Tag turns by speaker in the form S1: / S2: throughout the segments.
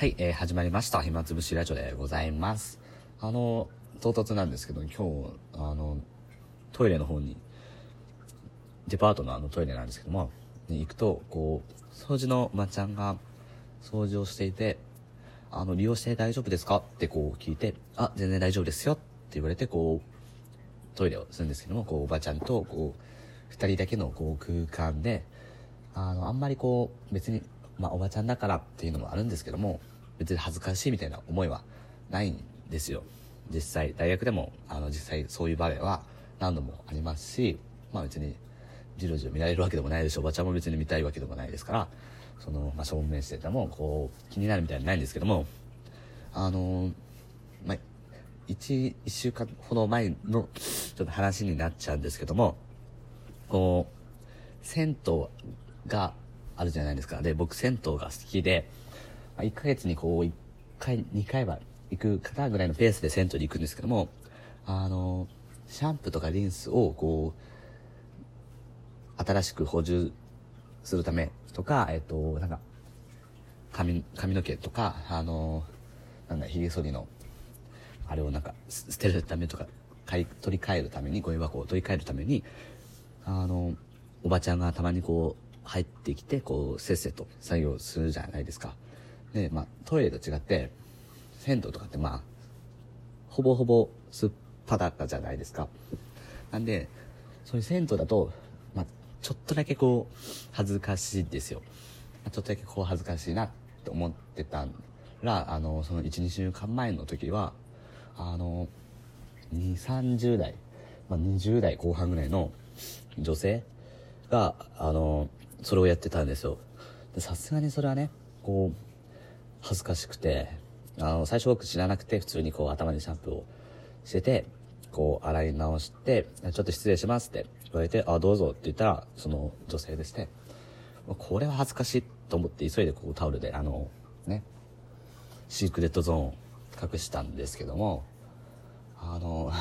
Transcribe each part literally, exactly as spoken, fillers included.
S1: はい、えー、始まりました暇つぶしラジオでございます。あの唐突なんですけど、今日あのトイレの方にデパートのあのトイレなんですけどもに行くと、こう掃除のおばちゃんが掃除をしていて、あの利用して大丈夫ですかってこう聞いて、あ全然大丈夫ですよって言われて、こうトイレをするんですけども、こうおばちゃんとこう二人だけのこう空間で、あのあんまりこう別にまあおばちゃんだからっていうのもあるんですけども、別に恥ずかしいみたいな思いはないんですよ。実際大学でもあの実際そういう場面は何度もありますし、まあ別にじろじろ見られるわけでもないでしょ、おばちゃんも別に見たいわけでもないですから、そのまあ正面しててもこう気になるみたいなのないんですけども、あのまあ一一週間ほど前のちょっと話になっちゃうんですけども、こう銭湯があるじゃないですか。で僕銭湯が好きで、いっかげつにこういっかいにかいは行くかなぐらいのペースで銭湯に行くんですけども、あのシャンプーとかリンスをこう新しく補充するためとか、えっとなんか髪髪の毛とか、あのなんだひげ剃りのあれをなんか捨てるためとか、取り替えるために、ゴミ箱を取り替えるために、あのおばちゃんがたまにこう入ってきて、こうせっせと作業するじゃないですか。で、まあ、トイレと違って銭湯とかってまあほぼほぼすっぱだったじゃないですか。なんでそういう銭湯だと、まあ、ちょっとだけこう恥ずかしいですよ。ちょっとだけこう恥ずかしいなって思ってたら、あのその いち,に 週間前の時はあのにじゅう、さんじゅう代、まあ、にじゅう代後半ぐらいの女性があのそれをやってたんですよ。さすがにそれはね、こう恥ずかしくて、あの最初僕知らなくて、普通にこう頭にシャンプーをしてて、こう洗い直して、ちょっと失礼しますって言われて、あどうぞって言ったら、その女性でして、これは恥ずかしいと思って急いでこうタオルであのねシークレットゾーンを隠したんですけども、あの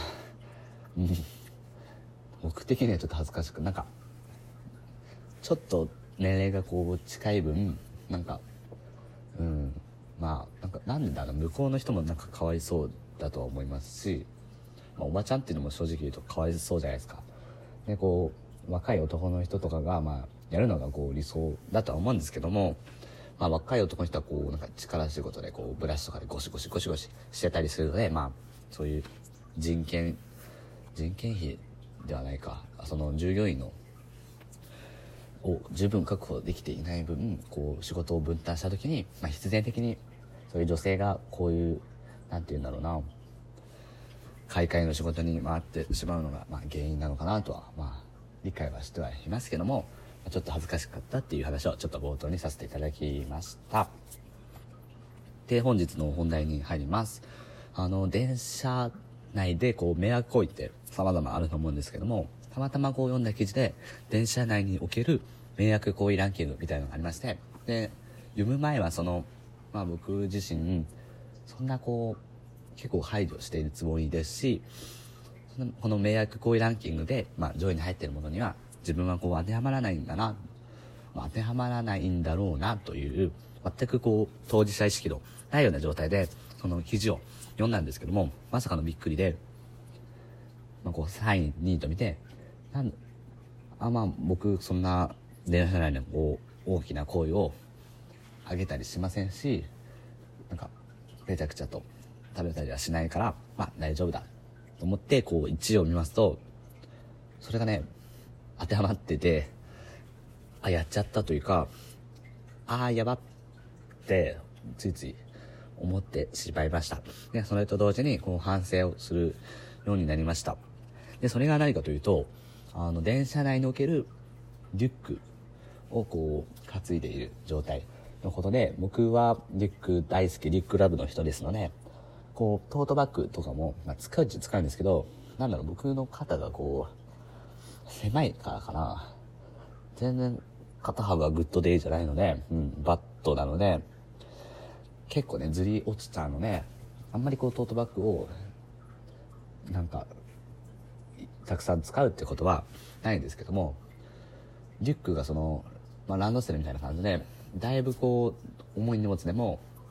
S1: 僕的にはちょっと恥ずかしく、なんかちょっと年齢がこう近い分、なんかうんまあなんかなんでだろう、向こうの人もなんかかわいそうだとは思いますし、まあ、おばちゃんっていうのも正直言うとかわいそうじゃないですか。でこう若い男の人とかがまあやるのがこう理想だとは思うんですけども、まあ、若い男の人はこうなんか力仕事でこうブラシとかでゴシゴシゴシゴシしてたりするので、まあそういう人件人件費ではないか、その従業員のを十分確保できていない分、こう仕事を分担した時に、まあ、必然的にそういう女性がこういうなんていうんだろうな、買い替えの仕事に回ってしまうのが、まあ、原因なのかなとは、まあ、理解はしてはいますけども、ちょっと恥ずかしかったっていう話をちょっと冒頭にさせていただきました。で本日の本題に入ります。あの電車内でこう迷惑行為って様々あると思うんですけども、たまたまこう読んだ記事で電車内における迷惑行為ランキングみたいなのがありまして、で読む前はその、まあ、僕自身そんなこう結構排除しているつもりですし、この迷惑行為ランキングで、まあ、上位に入っているものには自分はこう当てはまらないんだな、まあ、当てはまらないんだろうなという全くこう当事者意識のないような状態でその記事を読んだんですけども、まさかのびっくりで、まあ、こうさんいにいと見て、なんあまあ僕そんな電車内のこう大きな行為をあげたりしませんし、なんかめちゃくちゃと食べたりはしないから、まあ大丈夫だと思ってこういちいを見ますと、それがね当てはまってて、あやっちゃったというか、あーやばってついつい思ってしまいました。でそれと同時にこう反省をするようになりました。でそれが何かというと、あの電車内におけるリュックをこう担いでいる状態のことで、僕はリュック大好き、リュックラブの人ですので、こうトートバッグとかも、まあ、使うっちゃ使うんですけど、なんだろう、僕の肩がこう狭いからかな、全然肩幅がグッドでいいじゃないので、うん、バットなので結構ねずり落ちちゃうので、あんまりこうトートバッグをなんかたくさん使うってことはないんですけども、リュックがその、まあ、ランドセルみたいな感じでだいぶこう重い荷物でも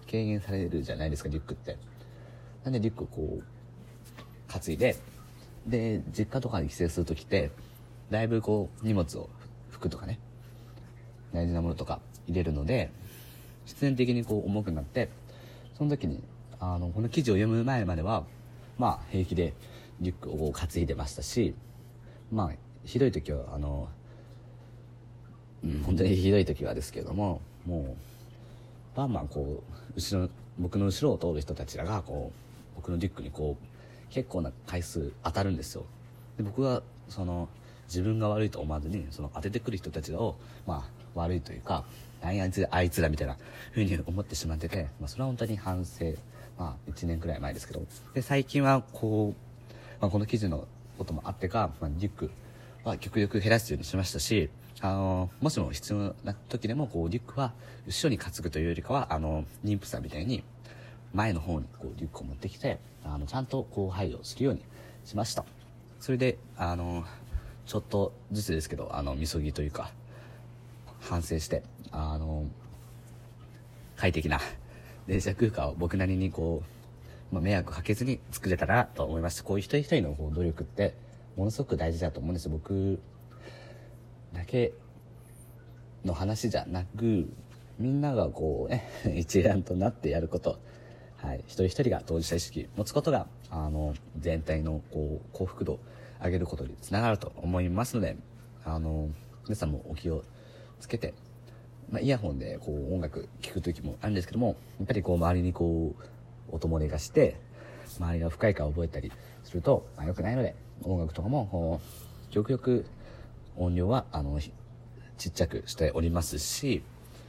S1: 軽減されるじゃないですか、リュックって。なんでリュックをこう担いで、で実家とかに帰省するときってだいぶこう荷物を、服とかね、大事なものとか入れるので必然的にこう重くなって、その時にあのこの記事を読む前まではまあ平気でリュックを担いでましたし、まあひどい時はあの、うん、本当にひどい時はですけれども、もうバンバンこう後ろ僕の後ろを通る人たちらがこう僕のリュックにこう結構な回数当たるんですよ。で僕はその自分が悪いと思わずにその当ててくる人たちをまあ悪いというか、何あいつあいつらみたいな風に思ってしまってて、まあ、それは本当に反省、まあいちねんくらい前ですけど、で最近はこう、まあ、この記事のこともあってか、まあ、リュックは極力減らすようにしましたし、あのもしも必要な時でもこうリュックは後ろに担ぐというよりかは、あの妊婦さんみたいに前の方にこうリュックを持ってきて、あのちゃんとこう配慮するようにしました。それであのちょっとずつですけど、あのみそぎというか反省して、あの快適な電車空間を僕なりにこう、まあ、迷惑かけずに作れたらなと思いました。こういう一人一人のこう努力ってものすごく大事だと思うんですよ。僕だけの話じゃなく、みんながこうね一丸となってやること、はい、一人一人が当事者意識持つことがあの全体のこう幸福度を上げることにつながると思いますので、あの皆さんもお気をつけて、まあ、イヤホンでこう音楽聴く時もあるんですけども、やっぱりこう周りにこう音漏れがして周りが不快感を覚えたりすると、まあ、良くないので、音楽とかもこう極力音量はあのちっちゃくしておりますし、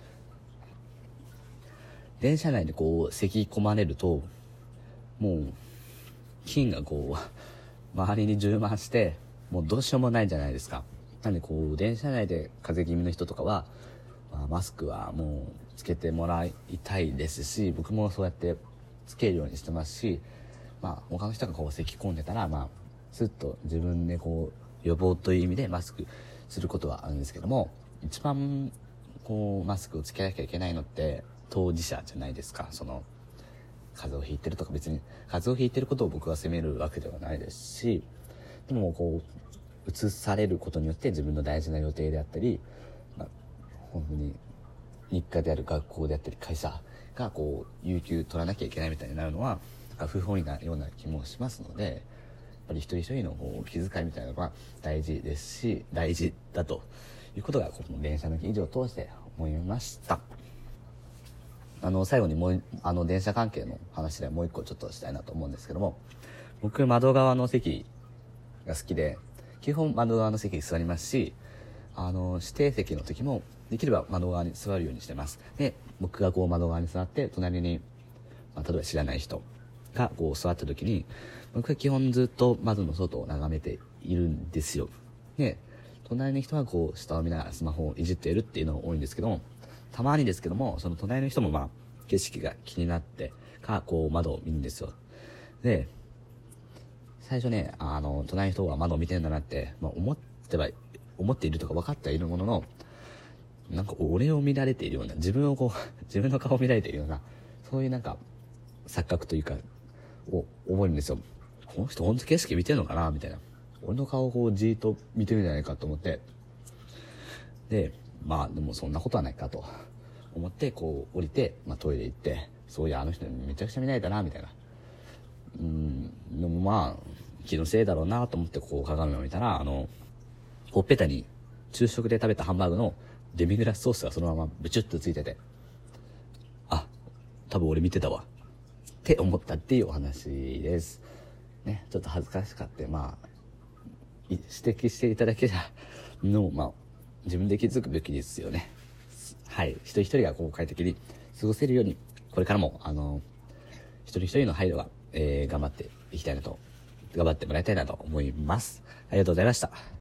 S1: 電車内でこう咳き込まれるともう菌がこう周りに充満してもうどうしようもないじゃないですか。なんでこう電車内で風邪気味の人とかは、まあ、マスクはもうつけてもらいたいですし、僕もそうやってつけるようにしてますし、まあ他の人がこう咳き込んでたら、まあスッと自分でこう予防という意味でマスクすることはあるんですけども、一番こうマスクをつけなきゃいけないのって当事者じゃないですか。その風邪をひいてるとか、別に風邪をひいてることを僕は責めるわけではないですし、でもこう移されることによって自分の大事な予定であったり、まあ、本当に日課である学校であったり会社がこう有給取らなきゃいけないみたいになるのはなんか不本意なような気もしますので、やっぱり一人一人のこう気遣いみたいなのが大事ですし、大事だということがこの電車の記事を通して思いました。あの最後にもうあの電車関係の話でもう一個ちょっとしたいなと思うんですけども、僕窓側の席が好きで基本窓側の席に座りますし、あの指定席の時もできれば窓側に座るようにしてます。で僕がこう窓側に座って隣に、まあ、例えば知らない人がこう座った時に僕は基本ずっと窓の外を眺めているんですよ。で隣の人はこう下を見ながらスマホをいじっているっていうのが多いんですけども、たまにですけどもその隣の人もまあ景色が気になってかこう窓を見るんですよ。で最初ね、あの隣の人が窓を見てるんだなって、まあ、思っては思っているとか分かってはいるものの、なんか俺を見られているような、自分をこう自分の顔を見られているような、そういうなんか錯覚というかを覚えるんですよ。この人本当景色見てるのかなみたいな、俺の顔をこうじーっと見てるんじゃないかと思って、でまあでもそんなことはないかと思ってこう降りて、まあ、トイレ行って、そういやあの人めちゃくちゃ見られたなみたいな、うーんでもまあ気のせいだろうなと思ってこう鏡を見たら、あのほっぺたに昼食で食べたハンバーグのデミグラスソースがそのままブチュッとついてて、あ、多分俺見てたわって思ったっていうお話ですね。ちょっと恥ずかしかったまあ指摘していただけたのまあ自分で気づくべきですよね。はい、一人一人がこう快適に過ごせるようにこれからもあの一人一人の配慮は、えー、頑張っていきたいなと頑張ってもらいたいなと思います。ありがとうございました。